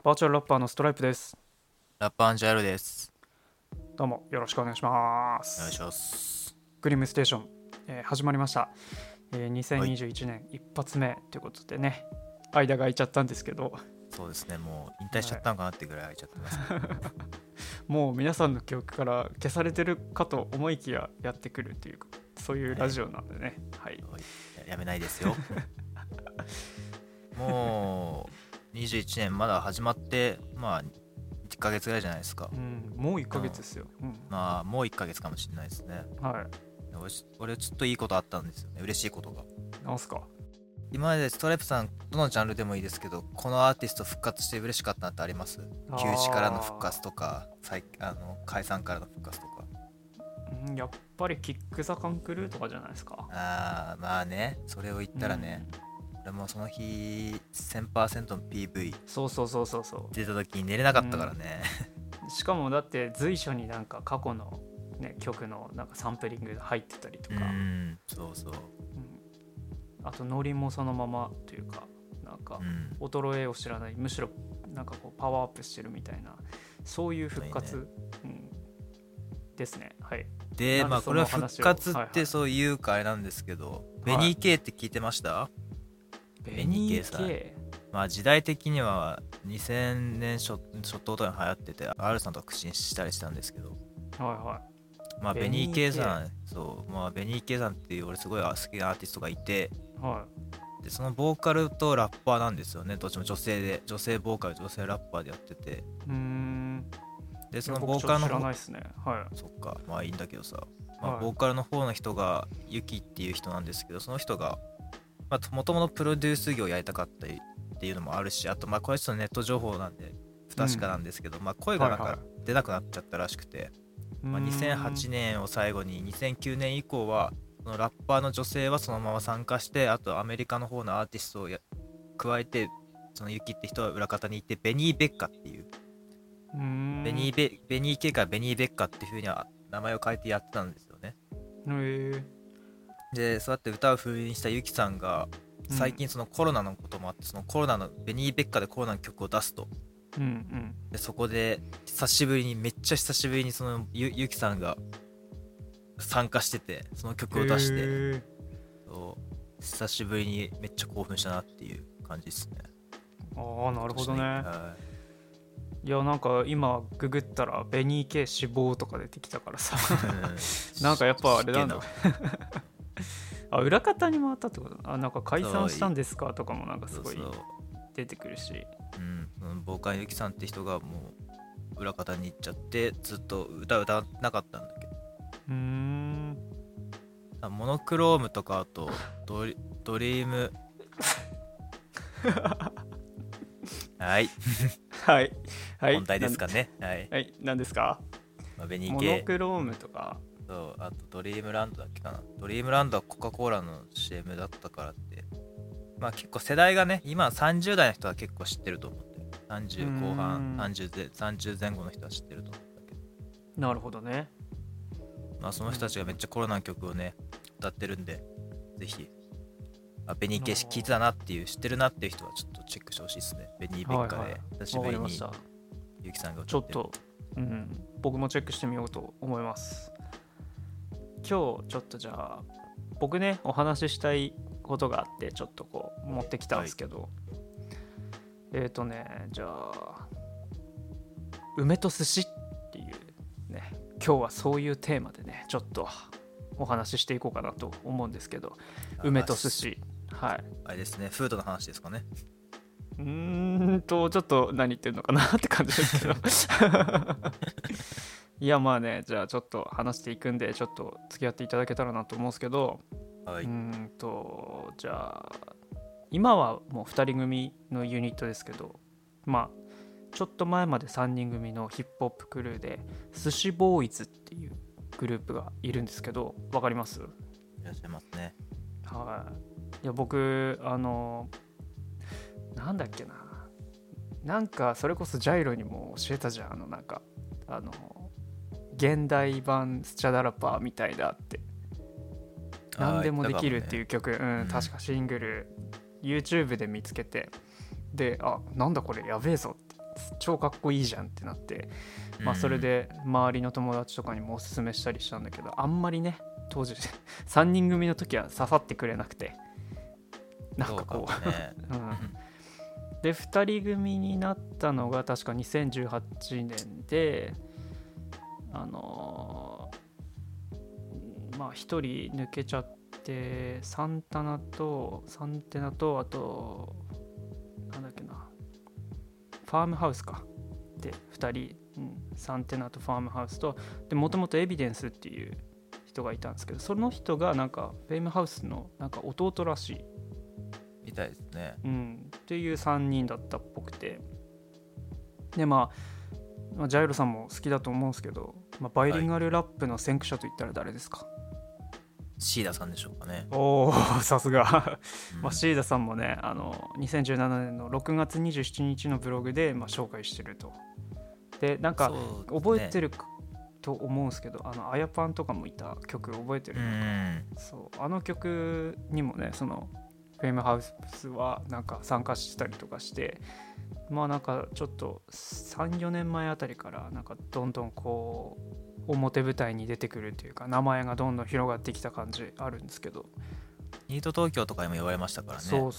バーチャルラッパーのストライプです。 ラッパーアンジャイルです。 どうもよろしくお願いしまお願いしす。 ます。 グリムステーション、始まりました、 はい。 2021年一発目ということでね、間が空いちゃったんですけど、 そうですね。もう引退しちゃはい、 ったのかなってぐらい空いちゃってますけど。 もう皆さんの記憶から消されてるかと思いきややってくるというか、そういうラね。 ジオなんでね。はい。 はい。やめないですよ。もう21年まだ始まって、まあ1ヶ月ぐらいじゃないですか。 うん、もう1ヶ月うん。 ですよ。うん。 まあもう1ヶ月かもしれないですね。 はい。 俺ちょっといいことあったんですよね。嬉しいことが。 なんすか？ 今までストライプさん、どのジャンルでもいいですけど、このアーティスト復活して嬉しかったなってあります？休止からの復活あとか、解散からの復活とか。 ー、やっぱりキック・ザ・カンクルーとかじゃないですか。 ああ、まあね、それを言っうたらね、 ん。 俺もその日1000%の PV そうそうそうそうそ出た時に寝れなう。うかったからん。 ね。 しかもだって随所になんか過去の、ね、曲のなんかサンプリングが入ってたりとか、 そうそう。 うん、あとノリもそのままというか、なんかうん、 衰えを知らない、むしろなんかこうパワーアップしてるみたいな、そういう復本当にね。 活、うん、ですね。はい。 で、 なんでそのまあこれは復話を、 活っはいはいてそういうかあれなんですけど、ベはニー系って聞いてました？ い。ベベニーニー系さん。 系。 まあ時代的には2000年初頭とかに流行ってて、R さんとか苦心したりしたんですけど、 はいはまあい。ベベニーニー系。 系さん、そう、まあベニー系さんっていう俺すごい好きなアーティストがいて、 はでそのボーカルとラッパーなんですよね。どっちも女性で、女性ボーカル女性ラッパーでやってて、 い。 でそのいや僕ちょっと知らボーカルの方、 ないですね。はそっか、まあいいんだけどさ、 いはまあボーカルの方の人がユキっていう人なんですけど、その人がもともとプロデュース業をやりたかったりっていうのもあるし、あとまあこれちょっとネット情報なんで不い。うん。 確かなんですけど、まあ声がなんかはいはい。 出なくなっちゃったらしくて、まあ、2008年を最後に2009年以降はそのラッパーの女性はそのまま参加して、あとアメリカの方のアーティストを加えて、そのユキって人は裏方にいて、ベニー・ベッカっていう、 うーん。 ベニー系からベニー・ベッカっていう風には名前を変えてやってたんですよね。 へえ。 でそうやって歌を封印したユキさんがうん。 最近そのコロナのこともあって、そのコロナのベニー・ベッカでコロナの曲を出すと。 うんうん。 でそこで久しぶりに、めっちゃ久しぶりにそのユキさんが参加してて、その曲を出して、 へえ。 そう久しぶりにめっちゃ興奮したなっていう感じですね。 ああ、なる今年の、 ほどね。 はいや、なんか今ググったらベニー系死亡とか出てきたからさ。 い。 なんかやっぱあれなんだ。 しけな。 あ、裏方に回ったってこと？あ、なんか解そう、 散したんですかとかもなんかすごいそうそう。 出てくるし。 そのボーカルユキさんって人がもう裏方に行っちゃって、ずっと歌わなかったんだけうーん。 ど、モノクロームとか、あとドリーム、はい。 はい。はい。 本題ですかね。はい。 はい。何ですか？ まあ、ベニーモノ系クロームとか。 と、あとドリームランドだっけかな。ドリームランドはコカ・コーラの CM だったからって、まあ結構世代がね、今30代の人は結構知ってると思ってる。 うー 30後半、 ん。 30前後の人は知ってると思うんだけど、 なるほどね。 まあそのうん。 人たちがめっちゃコロナの曲をね、歌ってるんで、ぜひ、ベニーあ系聞いてたなっていう、知ってるなっていう人はちょっとチェックしてほしいですね。ベニー・あ、はいはベッカで久い。わしぶりにかりました。 ゆきさんがちょっと、 歌ってるんで。 うん。僕もチェックしてみようと思います。今日ちょっとじゃあ僕ねお話ししたいことがあってちょっとこう持ってきたんはい。 ですけど、じゃあ梅と寿司っていうね、今日はそういうテーマでねちょっとお話ししていこうかなと思うんですけど、梅あ、 と寿司、はい。 あれですね、フードの話ですかね。 ちょっと何言ってるのかなって感じですけど。いやまあね、じゃあちょっと話していくんでちょっと付き合っていただけたらなと思うんですけど、 はい。 じゃあ今はもう2人組のユニットですけど、まあちょっと前まで3人組のヒップホップクルーで寿司ボーイズっていうグループがいるんですけど、わかります？ いらっしゃいますね。 はい。いや僕なんだっけな、なんかそれこそジャイロにも教えたじゃん、なんかあの現代版スチャダラパーみたいだって、何で言っもできるってたかもね。 いう曲、確うん。 かシングル YouTube で見つけて、で、あ、なんだこれやべえぞって超かっこいいじゃんってなって、まあ、それで周りの友達とかにもおすすめしたりしたんだけど、あんまりね当時3人組の時は刺さってくれなくて、なんかこう、 ねうん、で2人組になったのが確か2018年で、まあ1人抜けちゃって、サンテナとあとなんだっけな、ファームハウスかで2人、サンテナとファームハウスと、でもともとエビデンスっていう人がいたんですけど、その人がなんかフェイムハウスのなんか弟らしいみたいですね。 っていう3人だったっぽくて、でまあジャイロさんも好きだと思うんですけど、バイリンガルラップの先駆者といったら誰ですか？ シーダさんでしょうかね。 おー、さすがシーダさんもね、2017年の6月27日のブログで、紹介してると。でなんか覚えてると思うんですけど、アヤパンとかもいた曲覚えてるのか、そうあの曲にもね、そのフェイムハウスはなんか参加したりとかして、なんかちょっと 3,4 年前あたりからなんかどんどんこう表舞台に出てくるというか、名前がどんどん広がってきた感じあるんですけど、 ニート東京とかにも言われましたからね。 そう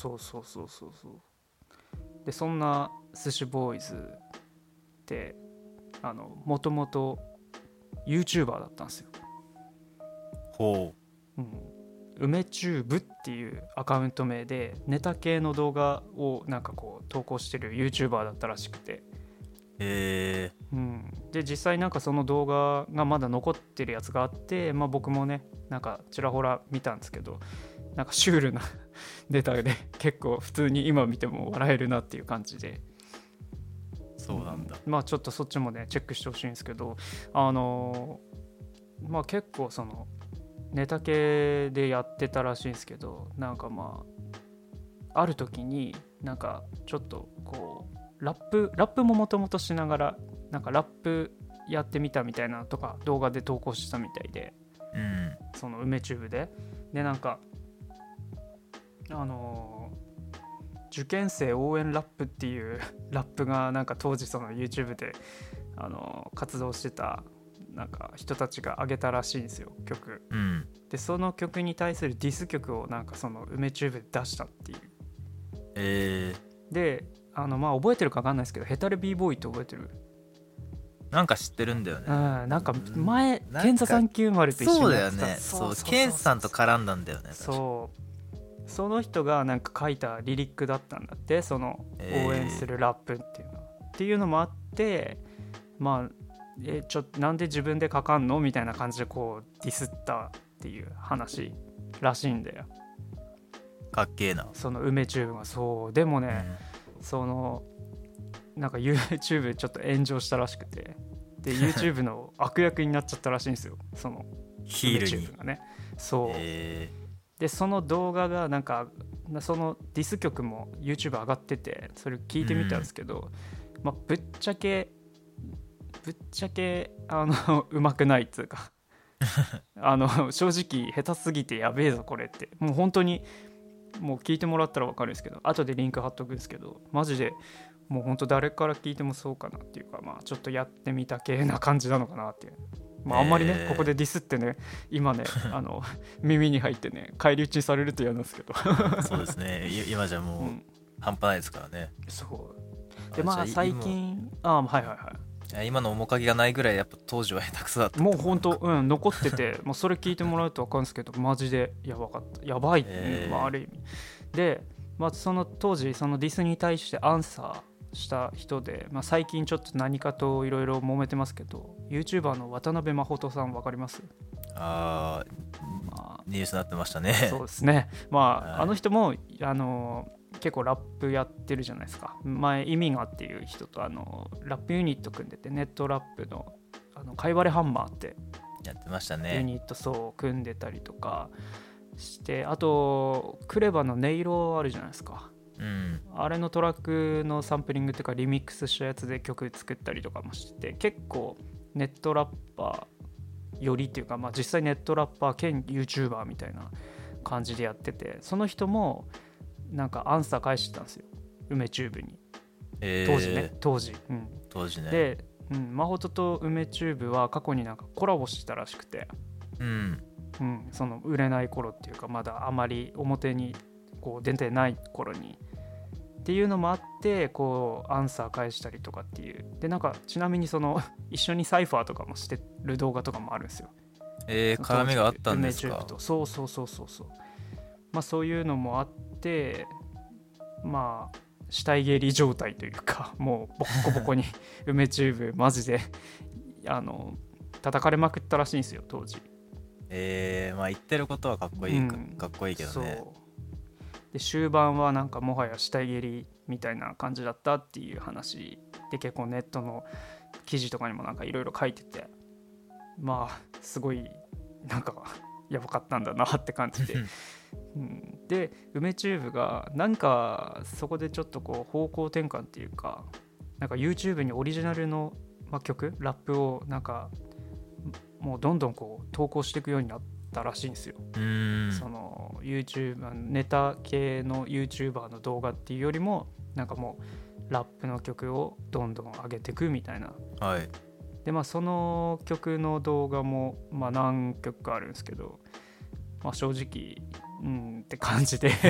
で、そんな寿司ボーイズってもともと YouTuber だったんですよ。 ほう、 梅チューブっていうアカウント名でネタ系の動画をなんかこう投稿してる YouTuber だったらしくて、で実際なんかその動画がまだ残ってるやつがあって、僕もねなんかちらほら見たんですけど、なんかシュールなネタで結構普通に今見ても笑えるなっていう感じで、 そうなんだ。 ちょっとそっちもねチェックしてほしいんですけど、結構そのネタ系でやってたらしいんですけど、なんかある時になんかちょっとこうラップももともとしながらなんかラップやってみたみたいなとか動画で投稿したみたいで、その梅チューブでなんか受験生応援ラップっていうラップがなんか当時その YouTube で活動してたなんか人たちが上げたらしいんですよ、曲、でその曲に対するディス曲をなんかその梅チューブで出したっていう、で覚えてるか分かんないですけど、ヘタレ b ボーイって覚えてる？ なんか知ってるんだよね。 なんか前ケンザ390と一緒にやってた。 そうケンさんと絡んだんだよね。 その人がなんか書いたリリックだったんだって、その応援するラップっていうの、っていうのもあって、ちょっとなんで自分で書かんのみたいな感じでこうディスったっていう話らしいんだよ。 かっけえな。 その梅チューブが。そうでもね、そのなんか YouTube ちょっと炎上したらしくて、で YouTube の悪役になっちゃったらしいんですよ、そのヒールに YouTube がね。そう、でその動画がなんかそのディス曲も YouTube 上がってて、それ聞いてみたんですけど、ぶっちゃけうまくないっつうか正直下手すぎてやべえぞこれって、もう本当にもう聞いてもらったら分かるんですけど、後でリンク貼っとくんですけど、マジでもう本当誰から聞いてもそうかなっていうか、ちょっとやってみた系な感じなのかなっていう、あんまりねここでディスってね今ね耳に入ってね返り討ちにされると嫌なんですけどそうですね、今じゃもう半端ないですからね。 そうで最近今の面影がないぐらいやっぱ当時は下手くそだった。 もう本当残っててもうそれ聞いてもらうと分かるんですけど、マジでやばかった。やばいって、ある意味で、その当時そのディスに対してアンサーした人で、最近ちょっと何かといろいろ揉めてますけど、 YouTuber の渡辺真琴さん分かります？ ニュースになってましたね。 そうですね、あの人も結構ラップやってるじゃないですか。前イミガっていう人とラップユニット組んでて、ネットラップのカイワレハンマーってやってましたね。 ユニットそう組んでたりとかして、あとクレバの音色あるじゃないですか、あれのトラックのサンプリングっていうかリミックスしたやつで曲作ったりとかもしてて、結構ネットラッパーよりっていうか、実際ネットラッパー兼 YouTuber みたいな感じでやってて、その人もなんかアンサー返してたんですよ、梅チューブに。 当時ね、当時、 当時ね。 で、マホトと梅チューブは過去になんかコラボしたらしくて、その売れない頃っていうか、まだあまり表にこう出てない頃にっていうのもあって、こうアンサー返したりとかっていうで、なんかちなみにその一緒にサイファーとかもしてる動画とかもあるんですよ。 絡みがあったんですか。 そうまあそういうのもあって、まあ死体蹴り状態というか、もうボッコボコに梅チューブマジで叩かれまくったらしいんですよ当時。 まあ言ってることはかっこいい、かっこいいけどね。 そうで終盤はなんかもはや死体蹴りみたいな感じだったっていう話で、結構ネットの記事とかにもなんかいろいろ書いてて、まあすごいなんかやばかったんだなって感じでで梅チューブがなんかそこでちょっとこう方向転換っていうか、なんか YouTube にオリジナルの、曲ラップをなんかもうどんどんこう投稿していくようになったらしいんですよ。その YouTube ネタ系の YouTuber の動画っていうよりも、なんかもうラップの曲をどんどん上げていくみたいな。でその曲の動画も何曲かあるんですけど、正直って感じで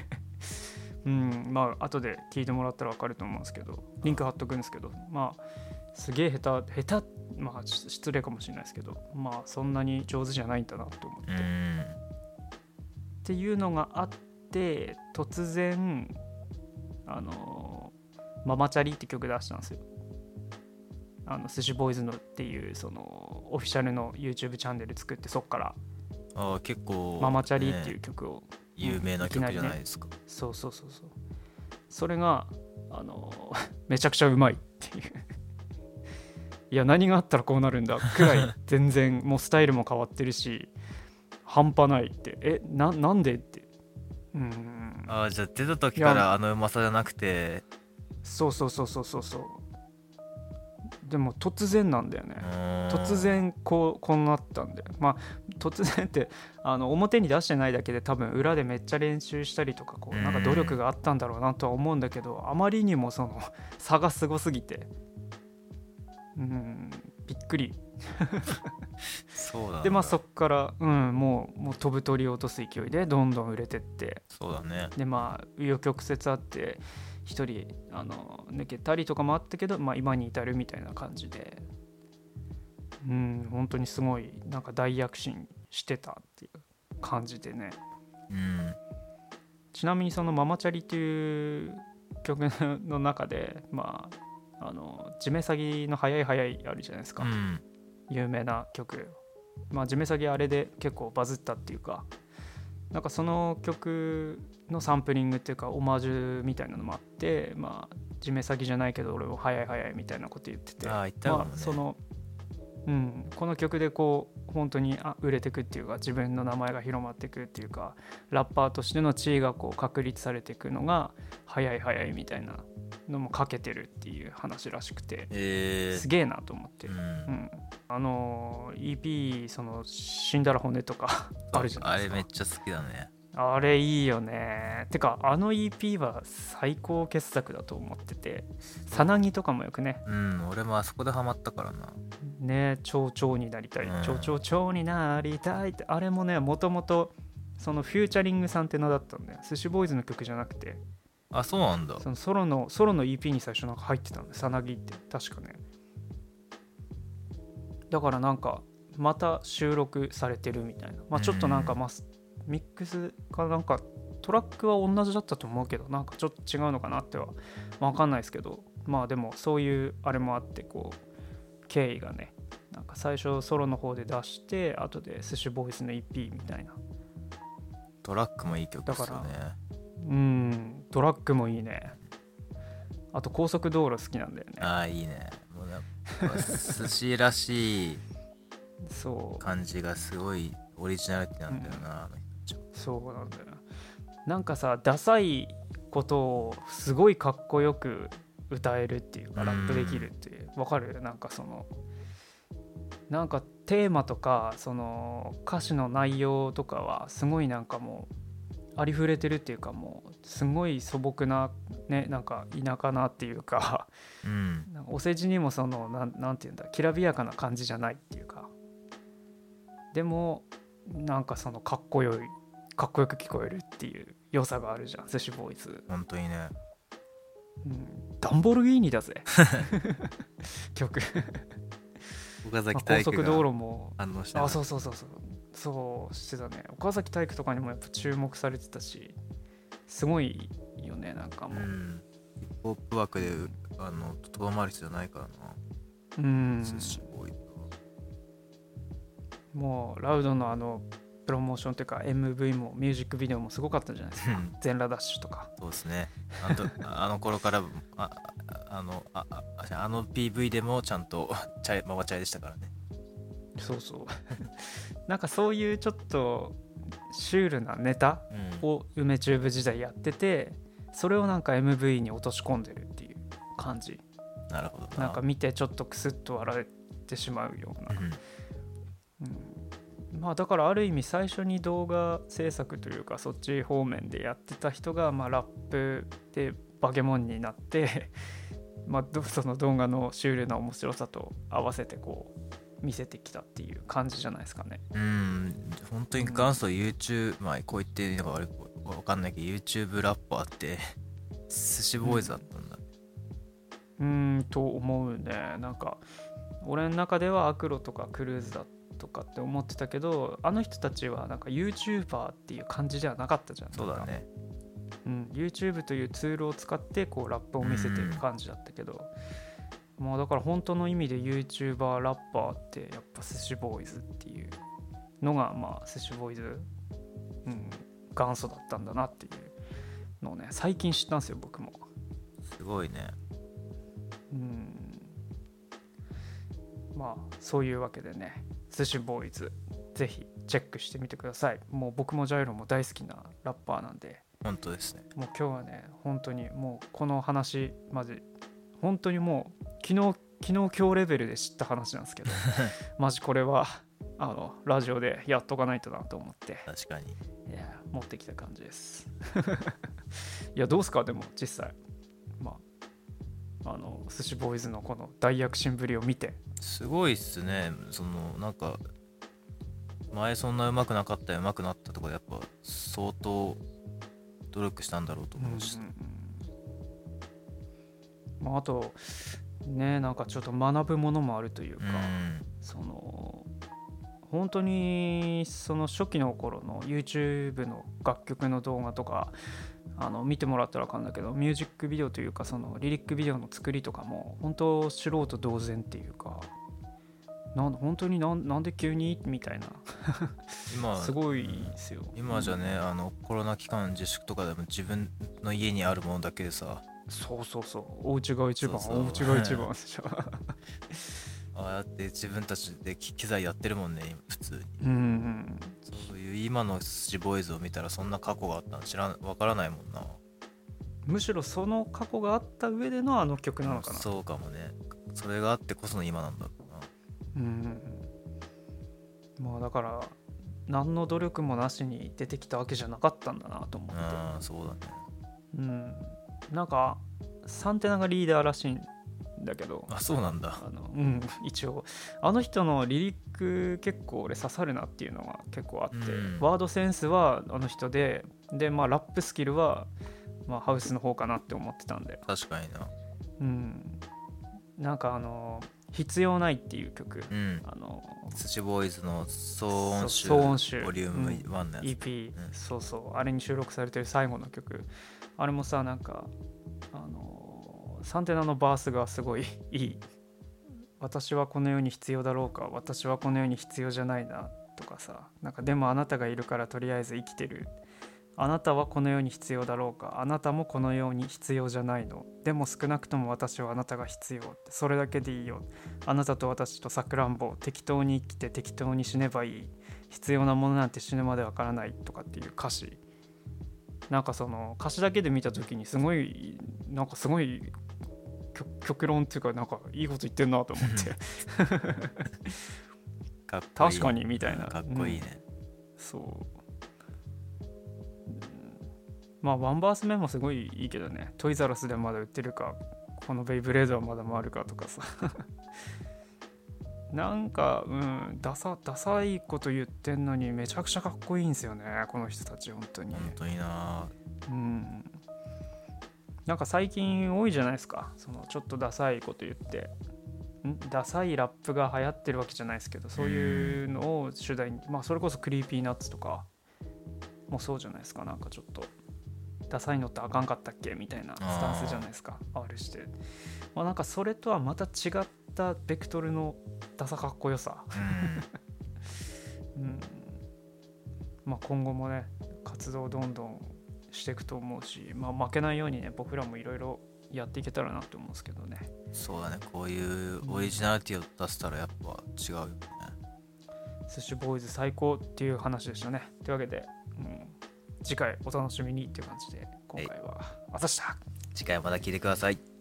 後で聞いてもらったら分かると思うんですけど、リンク貼っとくんですけど、すげえ下手失礼かもしれないですけど、そんなに上手じゃないんだなと思ってっていうのがあって、突然ママチャリって曲出したんですよ。寿司ボーイズのっていうそのオフィシャルの YouTube チャンネル作って、そっから結構ママチャリっていう曲を、 有名な曲じゃないですか。 そうそれがめちゃくちゃうまいっていういや何があったらこうなるんだくらい全然もうスタイルも変わってるし半端ないって、なんでって、 じゃあ出た時からあのうまさじゃなくて、 そうでも突然なんだよね。突然こうなったんで、突然って表に出してないだけで、多分裏でめっちゃ練習したりとか、こうなんか努力があったんだろうなとは思うんだけど、あまりにもその差がすごすぎてびっくりそうだ。 でそっから、もう飛ぶ鳥を落とす勢いでどんどん売れてって、 そうだね。 で紆余曲折あって一人抜けたりとかもあったけど、今に至るみたいな感じで、本当にすごいなんか大躍進してたっていう感じでね。ちなみにそのママチャリっていう曲の中で、ジメサギの速い速いあるじゃないですか、有名な曲。ジメサギあれで結構バズったっていうか、なんかその曲のサンプリングっていうかオマージュみたいなのもあって、ジメサギじゃないけど俺も速い速いみたいなこと言ってて、 言ったかもね。 そのこの曲でこう本当に売れてくっていうか、自分の名前が広まってくっていうか、ラッパーとしての地位がこう確立されていくのが速い速いみたいなのもかけてるっていう話らしくて、すげえなと思って、EP その死んだら骨とかあるじゃないですか。 あれめっちゃ好きだね。 あれいいよね。てかEP は最高傑作だと思ってて、さなぎとかもよくね。 俺もあそこでハマったからな。 ね、蝶々になりたい、蝶々になりたいって、あれもね、もともとそのフューチャリングさんってのだったんだよ。寿司ボーイズの曲じゃなくて、 そうなんだ。 そのソロの EP に最初なんか入ってたんだよ、さなぎって確かね。だからなんかまた収録されてるみたいな、ちょっとなんかミックスかなんかトラックは同じだったと思うけど、なんかちょっと違うのかなっては分かんないですけど、でもそういうあれもあって、こう経緯がね、なんか最初ソロの方で出して、後で寿司ボーイズの EP みたいな。 トラックもいい曲ですよね。 だからトラックもいいね。あと高速道路好きなんだよね。 いいね。もう寿司らしい感じがすごいオリジナリティなんだよな、 そうなんだよ。なんかさ、ダサいことをすごいかっこよく歌えるっていうか、ラップできるっていう、わかる？なんかそのなんかテーマとかその歌詞の内容とかはすごいなんかもうありふれてるっていうか、もうすごい素朴なね、なんか田舎なっていうか、なんかお世辞にもそのなんていうんだ、きらびやかな感じじゃないっていうか、でもなんかそのかっこよく聞こえるっていう良さがあるじゃん、寿司ボーイズ。 本当にね、 ダンボルギーニだぜ曲岡崎高体育が速道路も反応してない。 そうしてたね。岡崎体育とかにもやっぱ注目されてたし、すごいよね、なんかもう、 ヒップホップ枠でとどまる人じゃないからな、寿司ボーイズは。 もうラウドのプロモーションというか MV もミュージックビデオもすごかったじゃないですか全裸ダッシュとか。 そうですね、あの頃からPV でもちゃんとママチャイでしたからね。 そうなんかそういうちょっとシュールなネタを梅チューブ時代やってて、それをなんか MV に落とし込んでるっていう感じ。 なるほどなんか見てちょっとクスッと笑えてしまうような、まあだからある意味最初に動画制作というかそっち方面でやってた人がまあラップでバケモンになってまあその動画のシュールな面白さと合わせてこう見せてきたっていう感じじゃないですかね。 本当に元祖 YouTube、まあこう言っていいのか分かんないけど YouTube ラッパーって寿司ボーイズだったんだ。 と思うね。なんか俺の中ではアクロとかクルーズだとかって思ってたけど、あの人たちはなんか YouTuber っていう感じではなかったじゃん。 そうだね。 YouTube というツールを使ってこうラップを見せてる感じだったけど、まあだから本当の意味で YouTuber ラッパーってやっぱ寿司ボーイズっていうのがまあ寿司ボーイズ、元祖だったんだなっていうのをね最近知ったんですよ僕も。 すごいね。 まあそういうわけでね、寿司ボーイズぜひチェックしてみてください。もう僕もジャイロも大好きなラッパーなんで。 本当ですね。 もう今日はね本当にもうこの話マジ本当にもう昨日今日レベルで知った話なんですけどマジこれはラジオでやっとかないとなと思って、 確かに持ってきた感じですいやどうすか、でも実際寿司ボーイズのこの大躍進ぶりを見て。 すごいっすね。なんか前そんな上手くなかったよ上手くなったとかやっぱ相当努力したんだろうと思うし、 あとね、なんかちょっと学ぶものもあるというか、本当にその初期の頃の YouTube の楽曲の動画とか見てもらったら分かるんだけど、ミュージックビデオというかそのリリックビデオの作りとかも本当素人同然っていうか、本当になんで急にみたいな今すごいですよ。 今じゃね、コロナ期間自粛とかでも自分の家にあるものだけでさ、 そうお家が一番、お家が一番でしょああやって自分たちで機材やってるもんね普通に。そういう今の寿司ボーイズを見たらそんな過去があったのわからないもんな。 むしろその過去があった上でのあの曲なのかな。 そうかもね。それがあってこその今なんだろうな。まあだから何の努力もなしに出てきたわけじゃなかったんだなと思って。 そうだね。 なんかサンテナがリーダーらしいんだけど。 そうなんだ。 一応あの人のリリック結構俺刺さるなっていうのが結構あって、ワードセンスはあの人でまあラップスキルはまあハウスの方かなって思ってたんで。 確かにな。 なんか必要ないっていう曲、 寿司ボーイズの騒音集ボリューム1のやつ、 EP、あれに収録されてる最後の曲、あれもさ、なんかサンテナのバースがすごいいい。私はこの世に必要だろうか、私はこの世に必要じゃないなとかさ、なんかでもあなたがいるからとりあえず生きてる、あなたはこの世に必要だろうか、あなたもこの世に必要じゃないの、でも少なくとも私はあなたが必要って、それだけでいいよ、あなたと私とさくらんぼ、適当に生きて適当に死ねばいい、必要なものなんて死ぬまでわからないとかっていう歌詞、なんかその歌詞だけで見た時にすごい極論っていうか、なんかいいこと言ってんなと思って確かにみたいな。 かっこいいね。 そうまあワンバース目もすごいいいけどね。トイザらスでまだ売ってるか、このベイブレードはまだ回るかとかさなんかダサいこと言ってんのにめちゃくちゃかっこいいんですよね、この人たち。本当にな。 なんか最近多いじゃないですか、そのちょっとダサいこと言ってダサいラップが流行ってるわけじゃないですけど、そういうのを主題に、まあそれこそクリーピーナッツとかもそうじゃないですか。なんかちょっとダサいのってあかんかったっけみたいなスタンスじゃないですか、R して。まあなんかそれとはまた違ったベクトルのダサかっこよさまあ今後もね活動をどんどんしていくと思うし、まあ負けないようにね僕らもいろいろやっていけたらなと思うんですけどね。 そうだね、こういうオリジナリティを出せたらやっぱ違うよね。 スッシュボーイズ最高っていう話でしたね。というわけで、次回お楽しみにっていう感じで今回はあざした。 次回また聞いてください。